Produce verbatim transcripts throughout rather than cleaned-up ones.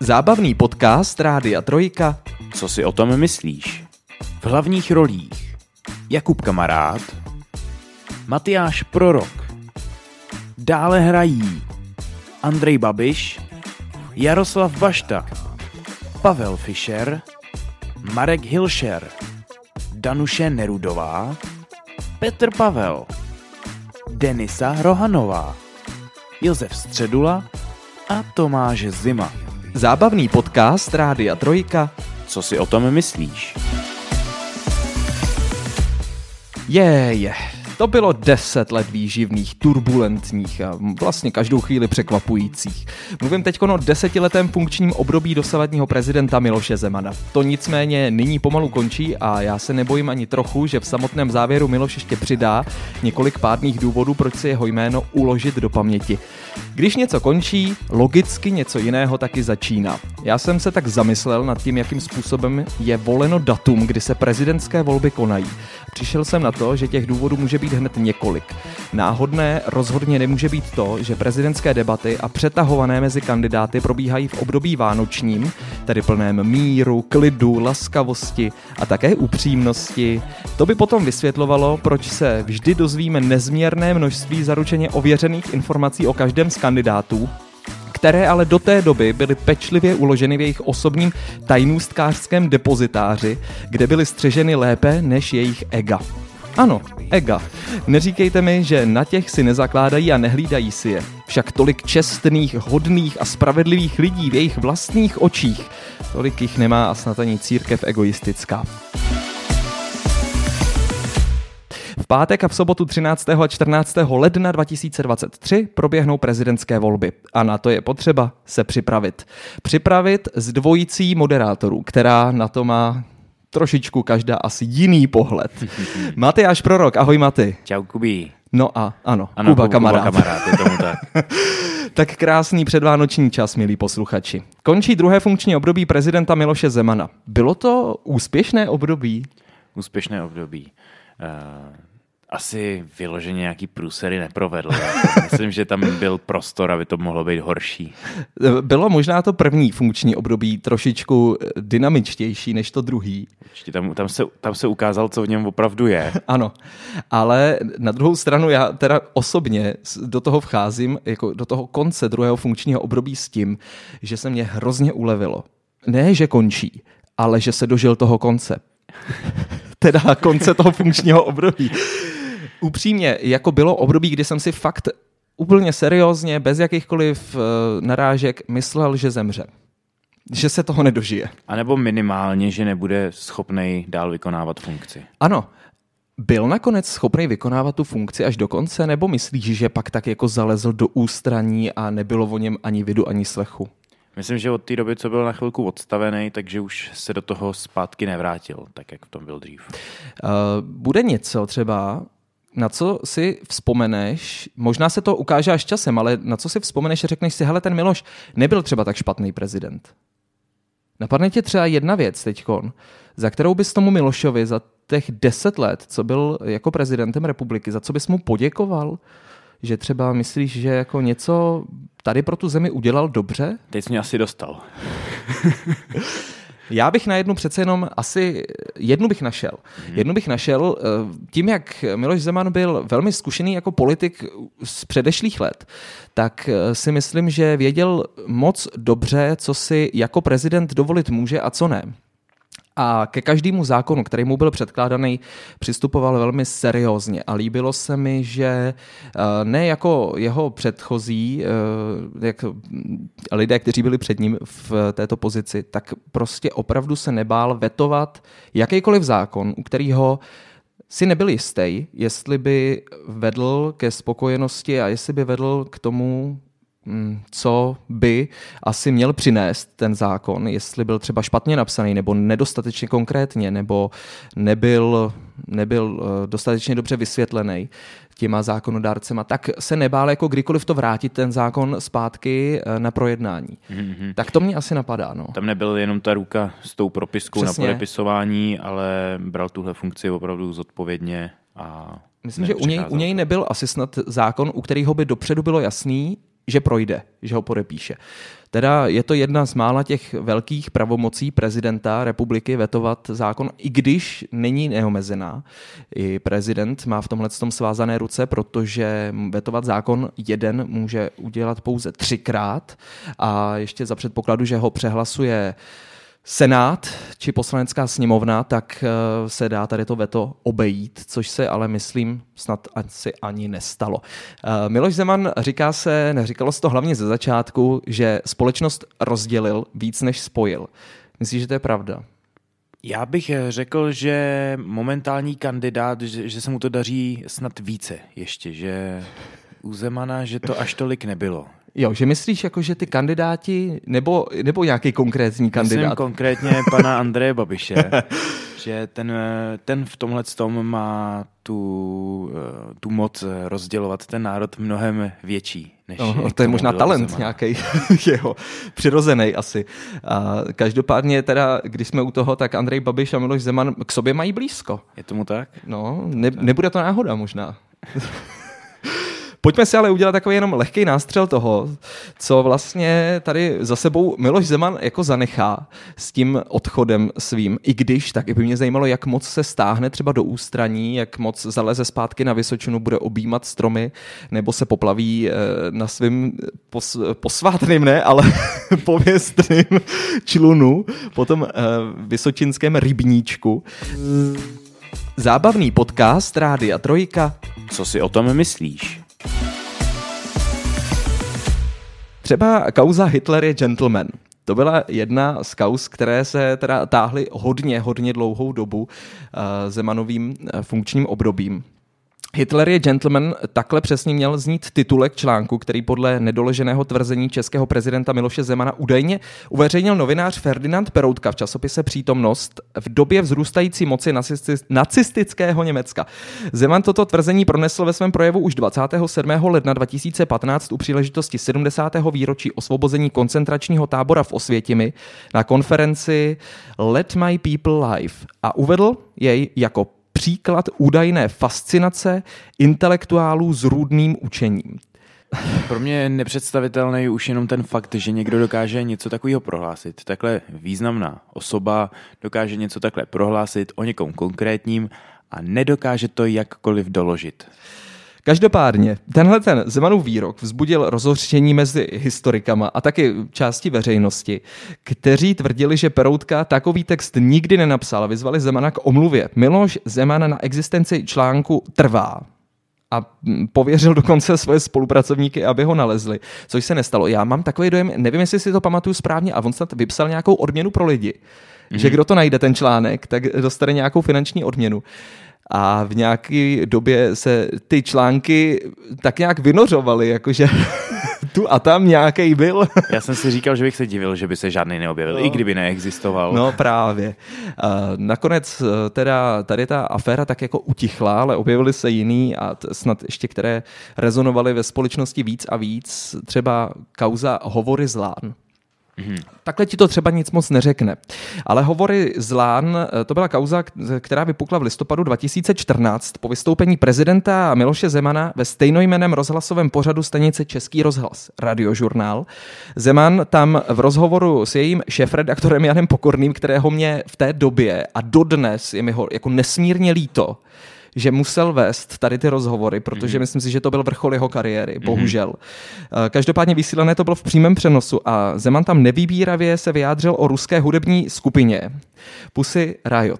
Zábavný podcast Rádia Trojka. Co si o tom myslíš? V hlavních rolích Jakub Kamarád, Matyáš Prorok. Dále hrají Andrej Babiš, Jaroslav Bašta, Pavel Fischer, Marek Hilšer, Danuše Nerudová, Petr Pavel, Denisa Rohanová, Josef Středula a Tomáš Zima. Zábavný podcast Rádia Trojka. Co si o tom myslíš? Je, je. To bylo deset let výživných, turbulentních a vlastně každou chvíli překvapujících. Mluvím teď o desetiletém funkčním období dosavadního prezidenta Miloše Zemana. To nicméně nyní pomalu končí a já se nebojím ani trochu, že v samotném závěru Miloš ještě přidá několik pádných důvodů, proč si jeho jméno uložit do paměti. Když něco končí, logicky něco jiného taky začíná. Já jsem se tak zamyslel nad tím, jakým způsobem je voleno datum, kdy se prezidentské volby konají. Přišel jsem na to, že těch důvodů může být hned několik. Náhodné rozhodně nemůže být to, že prezidentské debaty a přetahované mezi kandidáty probíhají v období vánočním, tedy plném míru, klidu, laskavosti a také upřímnosti. To by potom vysvětlovalo, proč se vždy dozvíme nezměrné množství zaručeně ověřených informací o každém z kandidátů, které ale do té doby byly pečlivě uloženy v jejich osobním tajnůstkářském depozitáři, kde byly střeženy lépe než jejich ega. Ano, ega. Neříkejte mi, že na těch si nezakládají a nehlídají si je. Však tolik čestných, hodných a spravedlivých lidí v jejich vlastních očích. Tolik jich nemá a snad ani církev egoistická. V pátek a v sobotu třináctého a čtrnáctého ledna dva tisíce dvacet tři proběhnou prezidentské volby a na to je potřeba se připravit. Připravit s dvojicí moderátorů, která na to má trošičku každá asi jiný pohled. Matyáš Prorok, ahoj Maty. Čau Kubí. No a ano, ano Kuba Kuba Kamarád. Kuba Kamarád, je tomu tak. Tak krásný předvánoční čas, milí posluchači. Končí druhé funkční období prezidenta Miloše Zemana. Bylo to úspěšné období? Úspěšné období. Uh... Asi vyloženě nějaký průsery neprovedl. Myslím, že tam byl prostor, aby to mohlo být horší. Bylo možná to první funkční období trošičku dynamičtější než to druhý. Určitě tam, tam, se, tam se ukázal, co v něm opravdu je. Ano, ale na druhou stranu já teda osobně do toho vcházím, jako do toho konce druhého funkčního období s tím, že se mě hrozně ulevilo. Ne, že končí, ale že se dožil toho konce. Teda konce toho funkčního období. Upřímně, jako bylo období, kdy jsem si fakt úplně seriózně, bez jakýchkoliv uh, narážek, myslel, že zemře. Že se toho nedožije. A nebo minimálně, že nebude schopnej dál vykonávat funkci. Ano. Byl nakonec schopný vykonávat tu funkci až do konce, nebo myslíš, že pak tak jako zalezl do ústraní a nebylo o něm ani vidu, ani slechu? Myslím, že od té doby, co byl na chvilku odstavený, takže už se do toho zpátky nevrátil, tak jak v tom byl dřív. Uh, bude něco třeba, na co si vzpomeneš, možná se to ukáže až časem, ale na co si vzpomeneš a řekneš si, hele, ten Miloš nebyl třeba tak špatný prezident. Napadne tě třeba jedna věc teďkon, za kterou bys tomu Milošovi za těch deset let, co byl jako prezidentem republiky, za co bys mu poděkoval? Že třeba myslíš, že jako něco tady pro tu zemi udělal dobře? Teď jsi mě asi dostal. Já bych na jednu přece jenom asi, jednu bych našel. Hmm. Jednu bych našel, tím jak Miloš Zeman byl velmi zkušený jako politik z předešlých let, tak si myslím, že věděl moc dobře, co si jako prezident dovolit může a co ne. A ke každému zákonu, který mu byl předkládaný, přistupoval velmi seriózně a líbilo se mi, že ne jako jeho předchozí jak lidé, kteří byli před ním v této pozici, tak prostě opravdu se nebál vetovat jakýkoliv zákon, u kterého si nebyl jistý, jestli by vedl ke spokojenosti a jestli by vedl k tomu, co by asi měl přinést ten zákon, jestli byl třeba špatně napsaný, nebo nedostatečně konkrétně, nebo nebyl, nebyl dostatečně dobře vysvětlený těma zákonodárcema, tak se nebál jako kdykoliv to vrátit ten zákon zpátky na projednání. Mm-hmm. Tak to mě asi napadá. No. Tam nebyl jenom ta ruka s tou propiskou Přesně. na podepisování, ale bral tuhle funkci opravdu zodpovědně. A myslím, že u něj, u něj nebyl asi snad zákon, u kterého by dopředu bylo jasný, že projde, že ho podepíše. Teda je to jedna z mála těch velkých pravomocí prezidenta republiky vetovat zákon, i když není neomezená. I prezident má v tomhle tom svázané ruce, protože vetovat zákon jeden může udělat pouze třikrát a ještě za předpokladu, že ho přehlasuje Senát či poslanecká sněmovna, tak se dá tady to veto obejít, což se ale myslím snad asi ani nestalo. Miloš Zeman, říká se, neříkalo se to hlavně ze začátku, že společnost rozdělil víc než spojil. Myslíš, že to je pravda? Já bych řekl, že momentální kandidát, že, že se mu to daří snad více ještě, že u Zemana, že to až tolik nebylo. Jo, že myslíš, jako, že ty kandidáti, nebo, nebo nějaký konkrétní kandidát? Myslím konkrétně pana Andreje Babiše, že ten, ten v tomhle tom má tu, tu moc rozdělovat ten národ mnohem větší. Než no, to je možná talent nějaký jeho, přirozený asi. A každopádně teda, když jsme u toho, tak Andrej Babiš a Miloš Zeman k sobě mají blízko. Je tomu tak? No, ne, nebude to náhoda možná. Pojďme si ale udělat takový jenom lehký nástřel toho, co vlastně tady za sebou Miloš Zeman jako zanechá s tím odchodem svým. I když, tak by mě zajímalo, jak moc se stáhne třeba do ústraní, jak moc zaleze zpátky na Vysočinu, bude objímat stromy, nebo se poplaví na svým pos, posvátným, ne, ale pověstným člunu, potom vysočinském rybníčku. Zábavný podcast Rádia Trojka. Co si o tom myslíš? Třeba kauza Hitler je gentleman. To byla jedna z kauz, které se teda táhly hodně, hodně dlouhou dobu uh, Zemanovým uh, funkčním obdobím. Hitler je gentleman, takhle přesně měl znít titulek článku, který podle nedoloženého tvrzení českého prezidenta Miloše Zemana údajně uveřejnil novinář Ferdinand Peroutka v časopise Přítomnost v době vzrůstající moci nacistického Německa. Zeman toto tvrzení pronesl ve svém projevu už dvacátého sedmého ledna dva tisíce patnáct u příležitosti sedmdesátého výročí osvobození koncentračního tábora v Osvětimi na konferenci Let My People Live a uvedl jej jako příklad údajné fascinace intelektuálů s růdným učením. Pro mě je nepředstavitelný už jenom ten fakt, že někdo dokáže něco takového prohlásit. Takhle významná osoba dokáže něco takhle prohlásit o někom konkrétním a nedokáže to jakkoliv doložit. Každopádně, tenhle ten Zemanův výrok vzbudil rozhořčení mezi historikama a taky části veřejnosti, kteří tvrdili, že Peroutka takový text nikdy nenapsal a vyzvali Zemana k omluvě. Miloš Zeman na existenci článku trvá a pověřil dokonce svoje spolupracovníky, aby ho nalezli, což se nestalo. Já mám takový dojem, nevím, jestli si to pamatuju správně, a on snad vypsal nějakou odměnu pro lidi, mm-hmm. že kdo to najde, ten článek, tak dostane nějakou finanční odměnu. A v nějaké době se ty články tak nějak vynořovaly, jakože tu a tam nějaký byl. Já jsem si říkal, že bych se divil, že by se žádný neobjevil, no. I kdyby neexistoval. No právě. A nakonec teda tady ta aféra tak jako utichla, ale objevily se jiný a snad ještě které rezonovaly ve společnosti víc a víc. Třeba kauza Hovory z Lán. Hmm. Takhle ti to třeba nic moc neřekne. Ale Hovory z Lán, to byla kauza, která vypukla v listopadu dva tisíce čtrnáct po vystoupení prezidenta Miloše Zemana ve stejnojmenném rozhlasovém pořadu stanice Český rozhlas, Radiožurnál. Zeman tam v rozhovoru s jejím šéfredaktorem Janem Pokorným, kterého mě v té době a dodnes je mi ho jako nesmírně líto, že musel vést tady ty rozhovory, protože mm-hmm. myslím si, že to byl vrchol jeho kariéry, bohužel. Mm-hmm. Každopádně vysílané to bylo v přímém přenosu a Zeman tam nevýbíravě se vyjádřil o ruské hudební skupině Pussy Riot.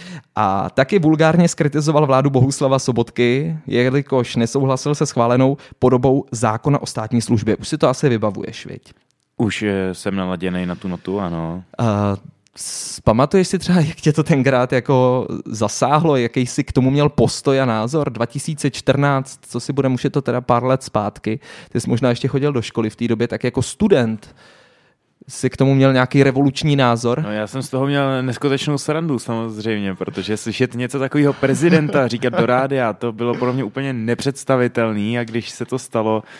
A taky vulgárně skritizoval vládu Bohuslava Sobotky, jelikož nesouhlasil se schválenou podobou zákona o státní službě. Už si to asi vybavuješ, viď? Už jsem naladěnej na tu notu, ano. Uh, Pamatuješ si třeba, jak tě to tenkrát jako zasáhlo, jaký jsi k tomu měl postoj a názor? dva tisíce čtrnáct, co si bude, už je to teda pár let zpátky. Ty jsi možná ještě chodil do školy v té době, tak jako student jsi k tomu měl nějaký revoluční názor? No já jsem z toho měl neskutečnou srandu samozřejmě, protože slyšet něco takového prezidenta říkat do rádia, to bylo pro mě úplně nepředstavitelný a když se to stalo,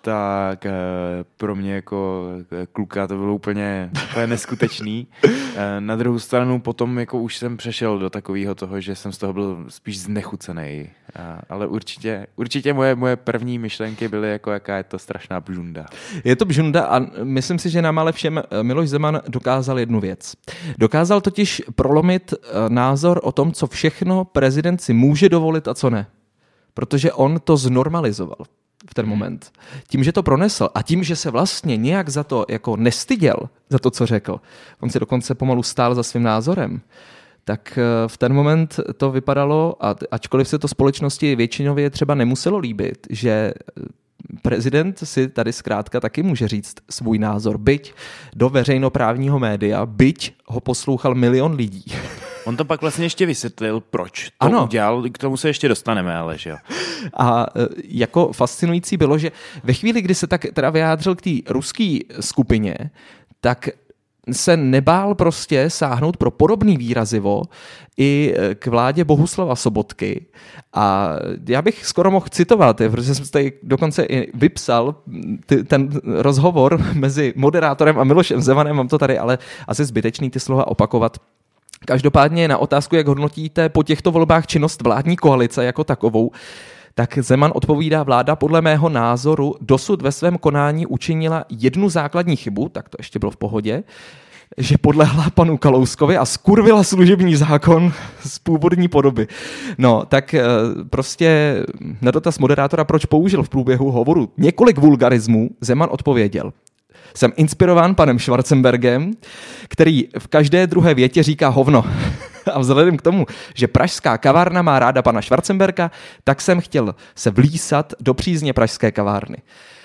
tak pro mě jako kluka to bylo úplně, úplně neskutečný. Na druhou stranu potom jako už jsem přešel do takového toho, že jsem z toho byl spíš znechucený. Ale určitě, určitě moje, moje první myšlenky byly jako, jaká je to strašná bžunda. Je to bžunda a myslím si, že nám ale všem Miloš Zeman dokázal jednu věc. Dokázal totiž prolomit názor o tom, co všechno prezident si může dovolit a co ne. Protože on to znormalizoval v ten moment. Tím, že to pronesl a tím, že se vlastně nějak za to jako nestyděl, za to, co řekl, on si dokonce pomalu stál za svým názorem, tak v ten moment to vypadalo, a ačkoliv se to společnosti většinově třeba nemuselo líbit, že prezident si tady zkrátka taky může říct svůj názor, byť do veřejnoprávního média, byť ho poslouchal milion lidí. On to pak vlastně ještě vysvětlil, proč to ano. udělal, k tomu se ještě dostaneme, ale že jo. A jako fascinující bylo, že ve chvíli, kdy se tak teda vyjádřil k té ruské skupině, tak se nebál prostě sáhnout pro podobný výrazivo i k vládě Bohuslava Sobotky. A já bych skoro mohl citovat, protože jsem tady dokonce i vypsal ty, ten rozhovor mezi moderátorem a Milošem Zemanem, mám to tady, ale asi zbytečný ty slova opakovat. Každopádně na otázku, jak hodnotíte po těchto volbách činnost vládní koalice jako takovou, tak Zeman odpovídá: vláda podle mého názoru dosud ve svém konání učinila jednu základní chybu, tak to ještě bylo v pohodě, že podlehla panu Kalouskovi a skurvila služební zákon z původní podoby. No, tak prostě na dotaz moderátora, proč použil v průběhu hovoru několik vulgarismů, Zeman odpověděl: jsem inspirován panem Schwarzenbergem, který v každé druhé větě říká hovno. A vzhledem k tomu, že pražská kavárna má ráda pana Schwarzenberga, tak jsem chtěl se vlísat do přízně pražské kavárny.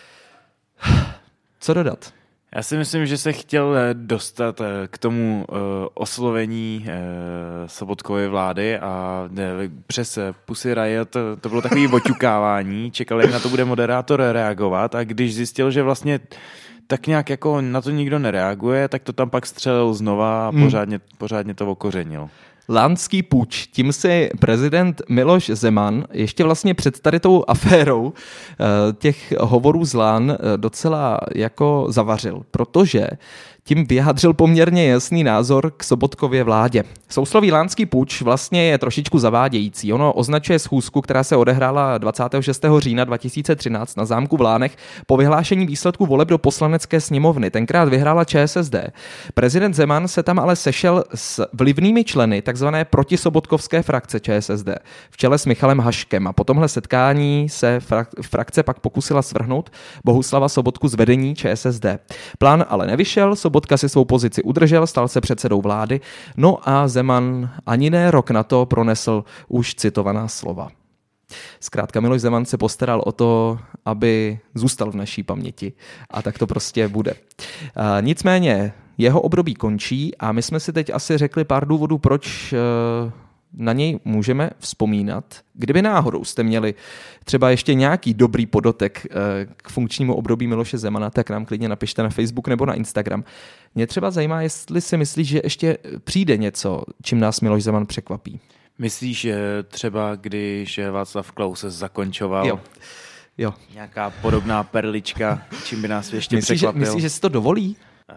Co dodat? Já si myslím, že se chtěl dostat k tomu uh, oslovení uh, Sobotkovy vlády a uh, přes Pussy Riot to, to bylo takový oťukávání, čekal, jak na to bude moderátor reagovat, a když zjistil, že vlastně tak nějak jako na to nikdo nereaguje, tak to tam pak střelil znova a hmm. pořádně, pořádně to okořenil. Lánský puč. Tím si prezident Miloš Zeman ještě vlastně před tady tou aférou těch hovorů z Lán docela jako zavařil, protože tím vyjádřil poměrně jasný názor k Sobotkově vládě. Sousloví lánský puč vlastně je trošičku zavádějící. Ono označuje schůzku, která se odehrála dvacátého šestého října dva tisíce třináct na zámku v Lánech po vyhlášení výsledku voleb do poslanecké sněmovny. Tenkrát vyhrála ČSSD. Prezident Zeman se tam ale sešel s vlivnými členy takzvané protisobotkovské frakce ČSSD v čele s Michalem Haškem, a po tomhle setkání se frak- frakce pak pokusila svrhnout Bohuslava Sobotku z vedení ČSSD. Plán ale nevyšel, Sobotka si svou pozici udržel, stal se předsedou vlády, no a Zeman ani ne rok na to pronesl už citovaná slova. Zkrátka Miloš Zeman se postaral o to, aby zůstal v naší paměti, a tak to prostě bude. A nicméně jeho období končí a my jsme si teď asi řekli pár důvodů, proč na něj můžeme vzpomínat. Kdyby náhodou jste měli třeba ještě nějaký dobrý podotek k funkčnímu období Miloše Zemana, tak nám klidně napište na Facebook nebo na Instagram. Mě třeba zajímá, jestli si myslíš, že ještě přijde něco, čím nás Miloš Zeman překvapí. Myslíš, že třeba když Václav Klaus zakončoval, jo. Jo. nějaká podobná perlička, čím by nás ještě myslíš, překvapil? Že, myslíš, že si to dovolí?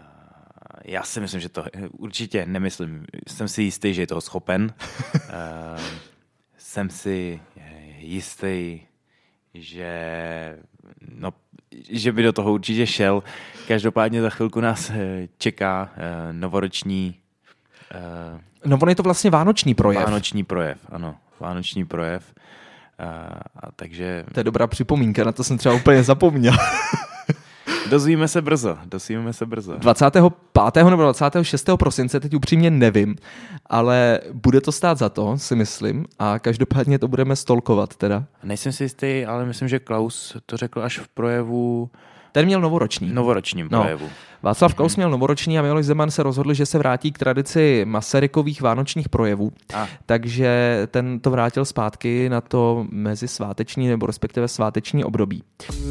Já si myslím, že to určitě nemyslím. Jsem si jistý, že je toho schopen. uh, jsem si jistý, že, no, že by do toho určitě šel. Každopádně za chvilku nás čeká uh, novoroční... Uh, no on je to vlastně vánoční projev. Vánoční projev, ano. Vánoční projev. Uh, a takže... To je dobrá připomínka, na to jsem třeba úplně zapomněl. Dozvíme se brzo, dozvíme se brzo. dvacátého pátého nebo dvacátého šestého prosince, teď upřímně nevím, ale bude to stát za to, si myslím, a každopádně to budeme stolkovat teda. Nejsem si jistý, ale myslím, že Klaus to řekl až v projevu... Ten měl novoroční. Novoročním projevu. No. Václav Klaus měl novoroční a Miloš Zeman se rozhodl, že se vrátí k tradici Masarykových vánočních projevů, ah. takže ten to vrátil zpátky na to mezisváteční nebo respektive sváteční období.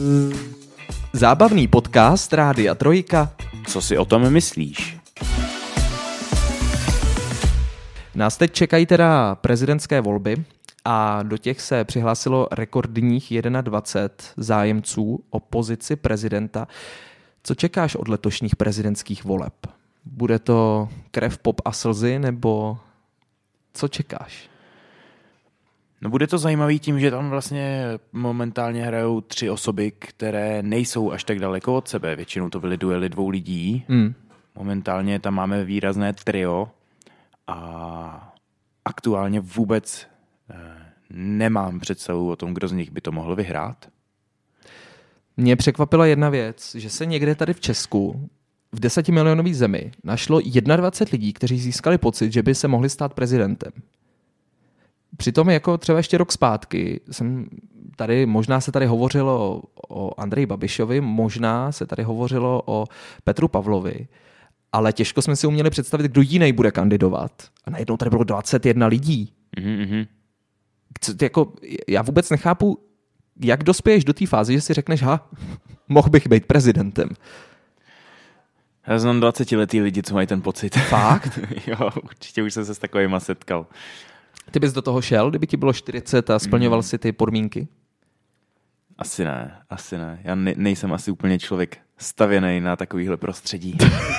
Zábavný podcast Rádia Trojka. Co si o tom myslíš? Nás teď čekají teda prezidentské volby a do těch se přihlásilo rekordních dvacet jedna zájemců o pozici prezidenta. Co čekáš od letošních prezidentských voleb? Bude to krev, pop a slzy, nebo co čekáš? No bude to zajímavý tím, že tam vlastně momentálně hrajou tři osoby, které nejsou až tak daleko od sebe. Většinou to byly duely dvou lidí. Mm. Momentálně tam máme výrazné trio a aktuálně vůbec eh, nemám představu o tom, kdo z nich by to mohl vyhrát. Mě překvapila jedna věc, že se někde tady v Česku v desetimilionové zemi našlo dvacet jedna lidí, kteří získali pocit, že by se mohli stát prezidentem. Přitom jako třeba ještě rok zpátky jsem tady, možná se tady hovořilo o Andreji Babišovi, možná se tady hovořilo o Petru Pavlovi, ale těžko jsme si uměli představit, kdo jiný bude kandidovat. A najednou tady bylo dvacet jedna lidí. Mm-hmm. Co, jako, já vůbec nechápu, jak dospěješ do té fáze, že si řekneš, ha, mohl bych být prezidentem. Já znám dvacetiletý lidi, co mají ten pocit. Fakt? Jo, určitě už jsem se s takovýma setkal. Ty bys do toho šel, kdyby ti bylo čtyřicet a splňoval mm. si ty podmínky? Asi ne, asi ne. Já ne, nejsem asi úplně člověk stavěný na takovýhle prostředí.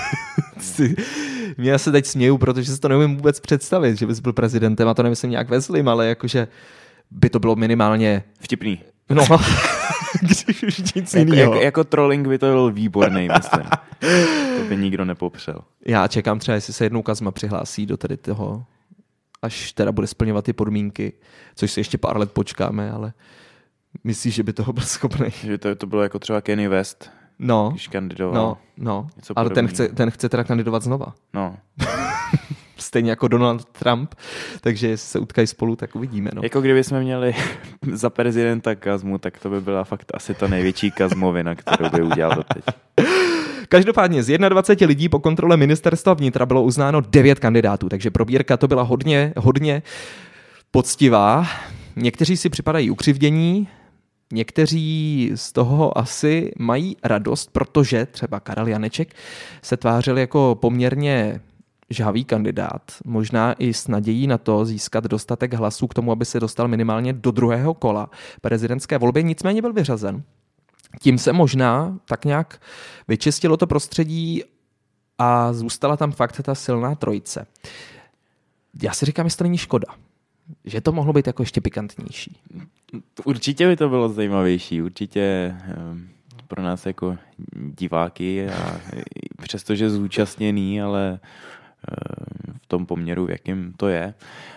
Mě se teď směju, protože si to neumím vůbec představit, že bys byl prezidentem, a to nemyslím nějak ve zlým, ale jakože by to bylo minimálně... Vtipný. No, když už nic jako, jiného. Jako, jako trolling by to byl výborný, myslím. To by nikdo nepopřel. Já čekám třeba, jestli se jednou Kazma přihlásí do tady toho, až teda bude splňovat ty podmínky, což si ještě pár let počkáme, ale myslíš, že by toho byl schopný? Že to, to bylo jako třeba Kanye West, no, když kandidoval. No, no. Ale ten chce, ten chce teda kandidovat znova. No. Stejně jako Donald Trump, takže jestli se utkají spolu, tak uvidíme. No. Jako kdyby jsme měli za prezidenta Kazmu, tak to by byla fakt asi ta největší Kazmovina, kterou by udělal doteď. Každopádně z dvacet jedna lidí po kontrole ministerstva vnitra bylo uznáno devět kandidátů, takže probírka to byla hodně, hodně poctivá. Někteří si připadají ukřivdění, někteří z toho asi mají radost, protože třeba Karel Janeček se tvářil jako poměrně žhavý kandidát, možná i s nadějí na to získat dostatek hlasů k tomu, aby se dostal minimálně do druhého kola prezidentské volby, nicméně byl vyřazen. Tím se možná tak nějak vyčistilo to prostředí a zůstala tam fakt ta silná trojice. Já si říkám, jestli to není škoda, že to mohlo být jako ještě pikantnější. Určitě by to bylo zajímavější, určitě pro nás jako diváky a přestože zúčastněný, ale v tom poměru, v jakým to je,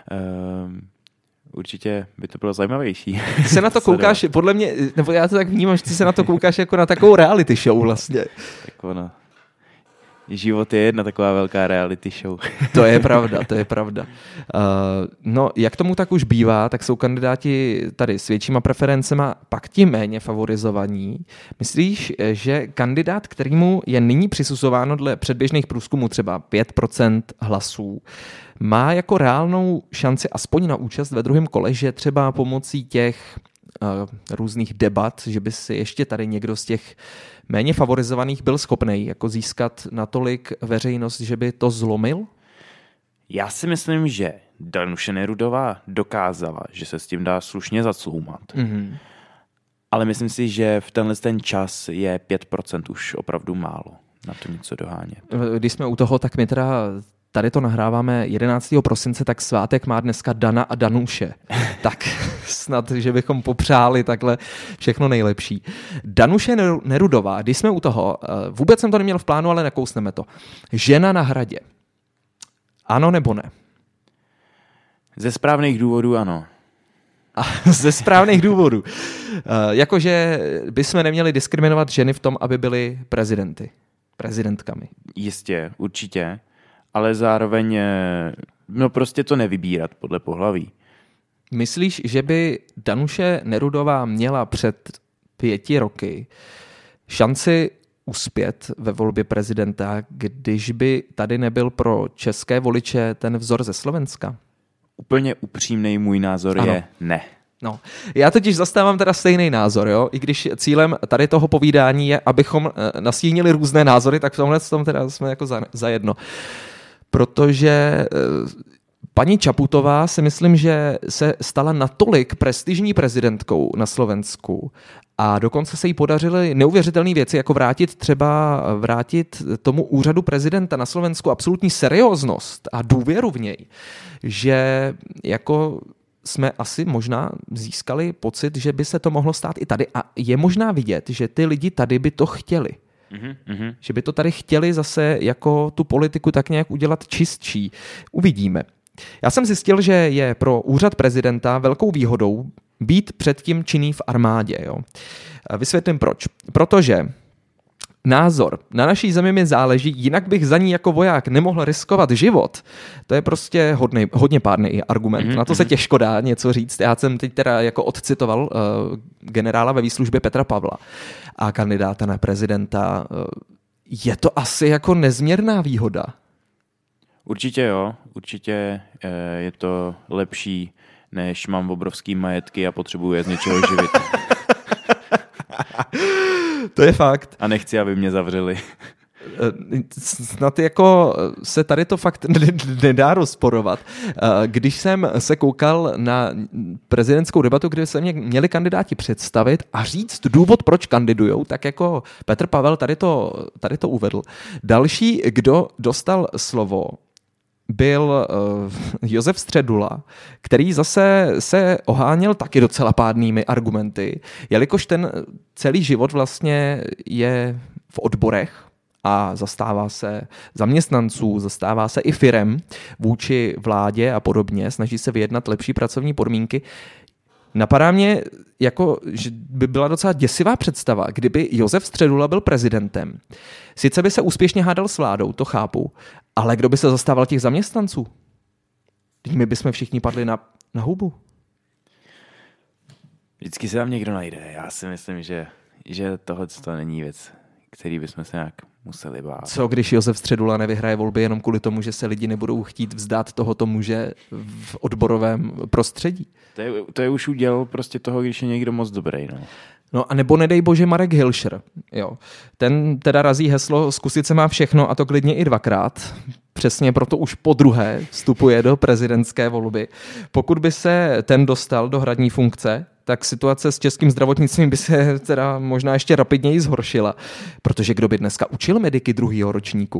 určitě by to bylo zajímavější. Ty se na to koukáš, podle mě, nebo já to tak vnímám, že ty se na to koukáš jako na takovou reality show vlastně. Tak ono, život je jedna taková velká reality show. To je pravda, to je pravda. Uh, no, jak tomu tak už bývá, tak jsou kandidáti tady s většíma preferencema, pak ti méně favorizovaní. Myslíš, že kandidát, kterému je nyní přisuzováno dle předběžných průzkumů třeba pět procent hlasů, má jako reálnou šanci aspoň na účast ve druhém kole, že třeba pomocí těch uh, různých debat, že by si ještě tady někdo z těch méně favorizovaných byl schopný jako získat natolik veřejnost, že by to zlomil? Já si myslím, že Danuše Nerudová dokázala, že se s tím dá slušně zacloumat. Mm-hmm. Ale myslím si, že v tenhle ten čas je pět procent už opravdu málo na to něco dohánět. Když jsme u toho, tak my teda tady to nahráváme jedenáctého prosince, tak svátek má dneska Dana a Danuše. Tak snad, že bychom popřáli takhle všechno nejlepší. Danuše Nerudová, když jsme u toho, vůbec jsem to neměl v plánu, ale nakousneme to. Žena na Hradě. Ano nebo ne? Ze správných důvodů ano. A ze správných důvodů. Jakože bychom neměli diskriminovat ženy v tom, aby byly prezidenty. Prezidentkami. Jistě, určitě. Ale zároveň no prostě to nevybírat podle pohlaví. Myslíš, že by Danuše Nerudová měla před pěti roky šanci uspět ve volbě prezidenta, když by tady nebyl pro české voliče ten vzor ze Slovenska? Úplně upřímnej můj názor ano. je ne. No, já totiž zastávám teda stejný názor, jo? I když cílem tady toho povídání je, abychom nastínili různé názory, tak v tomhle tom teda jsme jako za, za jedno. Protože paní Čaputová si myslím, že se stala natolik prestižní prezidentkou na Slovensku a dokonce se jí podařily neuvěřitelné věci, jako vrátit třeba vrátit tomu úřadu prezidenta na Slovensku absolutní serióznost a důvěru v něj, že jako jsme asi možná získali pocit, že by se to mohlo stát i tady. A je možná vidět, že ty lidi tady by to chtěli. Mm-hmm. Že by to tady chtěli zase jako tu politiku tak nějak udělat čistší. Uvidíme. Já jsem zjistil, že je pro úřad prezidenta velkou výhodou být předtím činný v armádě. Jo. Vysvětlím proč. Protože názor na naší zemi mi záleží, jinak bych za ní jako voják nemohl riskovat život. To je prostě hodnej, hodně pádný argument. Mm-hmm. Na to se těžko dá něco říct. Já jsem teď teda jako odcitoval uh, generála ve výslužbě Petra Pavla a kandidáta na prezidenta. Uh, je to asi jako nezměrná výhoda. Určitě jo. Určitě uh, je to lepší, než mám obrovský majetky a potřebuji je z něčeho živit. To je fakt. A nechci, aby mě zavřeli. Snad jako se tady to fakt nedá rozporovat. Když jsem se koukal na prezidentskou debatu, kde se mě měli kandidáti představit a říct důvod, proč kandidujou, tak jako Petr Pavel tady to, tady to uvedl. Další, kdo dostal slovo, byl uh, Josef Středula, který zase se oháněl taky docela pádnými argumenty, jelikož ten celý život vlastně je v odborech a zastává se zaměstnanců, zastává se i firem vůči vládě a podobně, snaží se vyjednat lepší pracovní podmínky. Napadá mě, jako, že by byla docela děsivá představa, kdyby Josef Středula byl prezidentem. Sice by se úspěšně hádal s vládou, to chápu, ale kdo by se zastával těch zaměstnanců? Teď my bychom všichni padli na, na hubu. Vždycky se tam někdo najde. Já si myslím, že, že tohle to není věc, který bychom se nějak museli bát. Co když Josef Středula nevyhraje volby jenom kvůli tomu, že se lidi nebudou chtít vzdát tohoto muže v odborovém prostředí? To je, to je už udělal prostě toho, když je někdo moc dobrý. No. No a nebo nedej bože Marek Hilšer. Jo. Ten teda razí heslo zkusit se má všechno a to klidně i dvakrát. Přesně proto už po druhé vstupuje do prezidentské volby. Pokud by se ten dostal do hradní funkce, tak situace s českým zdravotnictvím by se teda možná ještě rapidněji zhoršila. Protože kdo by dneska učil mediky druhýho ročníku?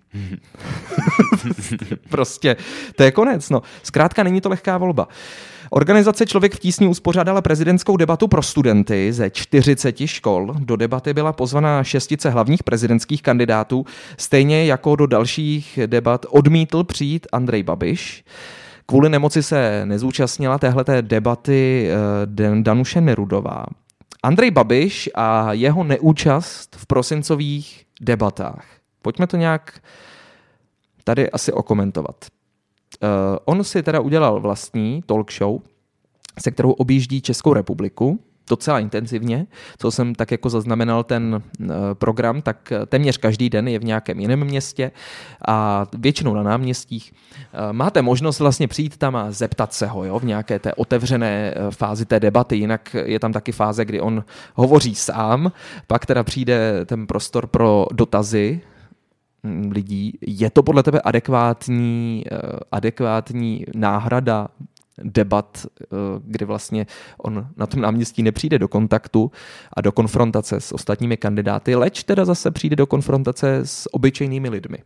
Prostě, to je konec. No. Zkrátka není to lehká volba. Organizace Člověk v tísni uspořádala prezidentskou debatu pro studenty ze čtyřiceti škol. Do debaty byla pozvaná šestice hlavních prezidentských kandidátů. Stejně jako do dalších debat odmítl přijít Andrej Babiš. Kvůli nemoci se nezúčastnila téhleté debaty Danuše Nerudová. Andrej Babiš a jeho neúčast v prosincových debatách. Pojďme to nějak tady asi okomentovat. Uh, on si teda udělal vlastní talk show, se kterou objíždí Českou republiku, docela intenzivně, co jsem tak jako zaznamenal ten uh, program, tak téměř každý den je v nějakém jiném městě a většinou na náměstích. Uh, máte možnost vlastně přijít tam a zeptat se ho, jo, v nějaké té otevřené uh, fázi té debaty, jinak je tam taky fáze, kdy on hovoří sám, pak teda přijde ten prostor pro dotazy lidí. Je to podle tebe adekvátní, adekvátní náhrada debat, kdy vlastně on na tom náměstí nepřijde do kontaktu a do konfrontace s ostatními kandidáty, leč teda zase přijde do konfrontace s obyčejnými lidmi?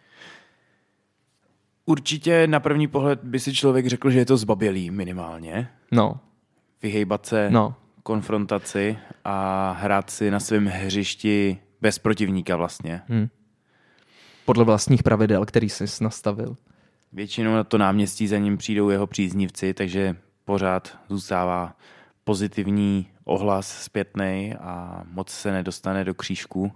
Určitě na první pohled by si člověk řekl, že je to zbabělý minimálně. No. Vyhejbat se no. konfrontaci a hrát si na svém hřišti bez protivníka vlastně. Hmm. Podle vlastních pravidel, který jsi nastavil. Většinou na to náměstí za ním přijdou jeho příznivci, takže pořád zůstává pozitivní ohlas zpětnej a moc se nedostane do křížku.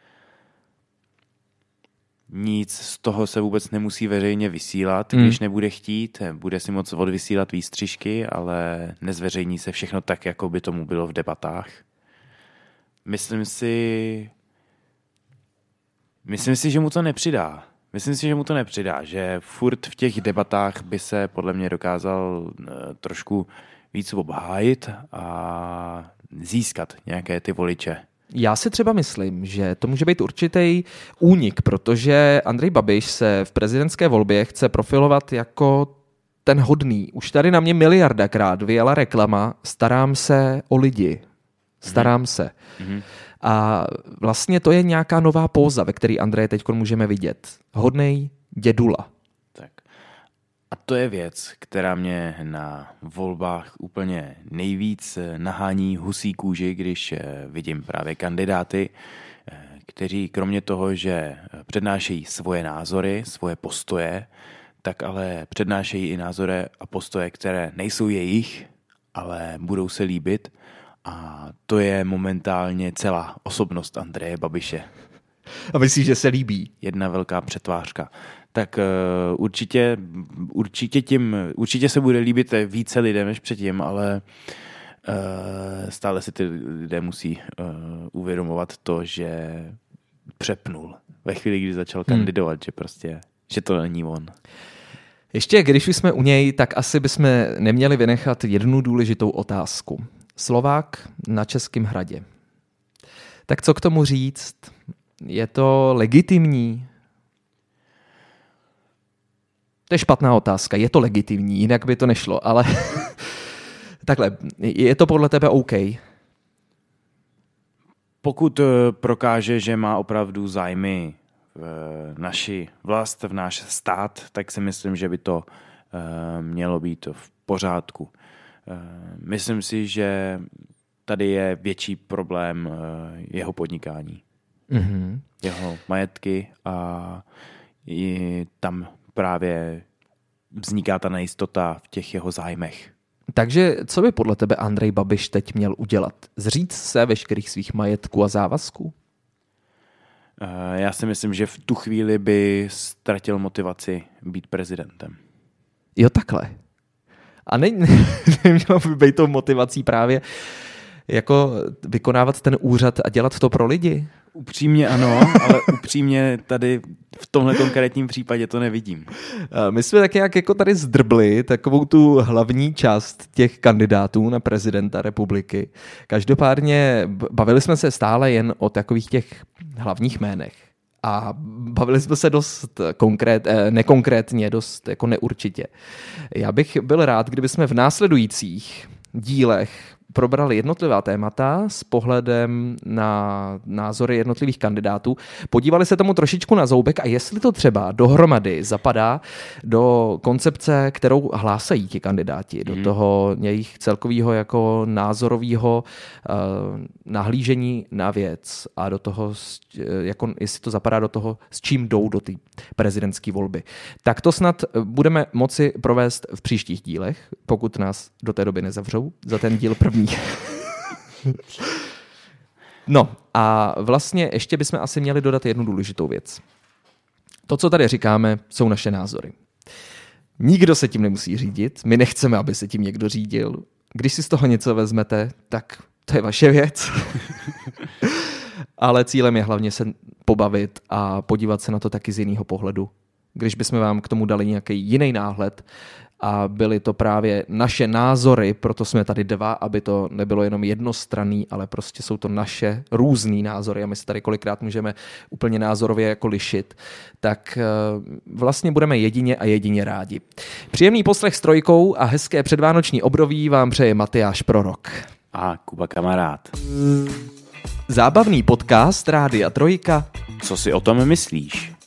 Nic z toho se vůbec nemusí veřejně vysílat, hmm. když nebude chtít. Bude si moc odvysílat výstřižky, ale nezveřejní se všechno tak, jako by tomu bylo v debatách. Myslím si... Myslím si, že mu to nepřidá. Myslím si, že mu to nepřidá, že furt v těch debatách by se podle mě dokázal trošku víc obhájit a získat nějaké ty voliče. Já si třeba myslím, že to může být určitý únik, protože Andrej Babiš se v prezidentské volbě chce profilovat jako ten hodný. Už tady na mě miliardakrát vyjela reklama Starám se o lidi. Starám mm. se. Mm. A vlastně to je nějaká nová póza, ve které Andreje teď můžeme vidět. Hodnej dědula. Tak. A to je věc, která mě na volbách úplně nejvíc nahání husí kůži, když vidím právě kandidáty, kteří kromě toho, že přednášejí svoje názory, svoje postoje, tak ale přednášejí i názory a postoje, které nejsou jejich, ale budou se líbit. A to je momentálně celá osobnost Andreje Babiše. A myslíš, že se líbí? Jedna velká přetvářka. Tak uh, určitě, určitě, tím, určitě se bude líbit více lidem než předtím, ale uh, stále si ty lidé musí uh, uvědomovat to, že přepnul ve chvíli, kdy začal kandidovat, hmm. že prostě, že to není on. Ještě když už jsme u něj, tak asi bychom neměli vynechat jednu důležitou otázku. Slovák na Českém hradě. Tak co k tomu říct? Je to legitimní? To je špatná otázka. Je to legitimní, jinak by to nešlo, ale takhle, je to podle tebe OK? Pokud prokáže, že má opravdu zájmy v naši vlast, v náš stát, tak si myslím, že by to mělo být v pořádku. Myslím si, že tady je větší problém jeho podnikání. Mm-hmm. Jeho majetky a i tam právě vzniká ta nejistota v těch jeho zájmech. Takže co by podle tebe Andrej Babiš teď měl udělat? Zříct se veškerých svých majetků a závazků? Já si myslím, že v tu chvíli by ztratil motivaci být prezidentem. Jo, takhle. A ne, nemělo by být tou motivací právě jako vykonávat ten úřad a dělat to pro lidi? Upřímně ano, ale upřímně tady v tomhle konkrétním případě to nevidím. My jsme tak nějak jako tady zdrbli takovou tu hlavní část těch kandidátů na prezidenta republiky. Každopádně bavili jsme se stále jen o takových těch hlavních jménech. A bavili jsme se dost konkrét, nekonkrétně, dost jako neurčitě. Já bych byl rád, kdyby jsme v následujících dílech probrali jednotlivá témata s pohledem na názory jednotlivých kandidátů, podívali se tomu trošičku na zoubek a jestli to třeba dohromady zapadá do koncepce, kterou hlásají ti kandidáti, do toho jejich celkového jako názorového uh, nahlížení na věc a do toho, jako, jestli to zapadá do toho, s čím jdou do té prezidentské volby. Tak to snad budeme moci provést v příštích dílech, pokud nás do té doby nezavřou za ten díl první. No a vlastně ještě bychom asi měli dodat jednu důležitou věc. To, co tady říkáme, jsou naše názory. Nikdo se tím nemusí řídit, my nechceme, aby se tím někdo řídil. Když si z toho něco vezmete, tak to je vaše věc. Ale cílem je hlavně se pobavit a podívat se na to taky z jiného pohledu. Když bychom vám k tomu dali nějaký jiný náhled a byly to právě naše názory, proto jsme tady dva, aby to nebylo jenom jednostranný, ale prostě jsou to naše různý názory a my se tady kolikrát můžeme úplně názorově jako lišit, tak vlastně budeme jedině a jedině rádi. Příjemný poslech s trojkou a hezké předvánoční období vám přeje Matyáš Prorok. A Kuba Kamarád. Zábavný podcast Rádia Trojka. Co si o tom myslíš?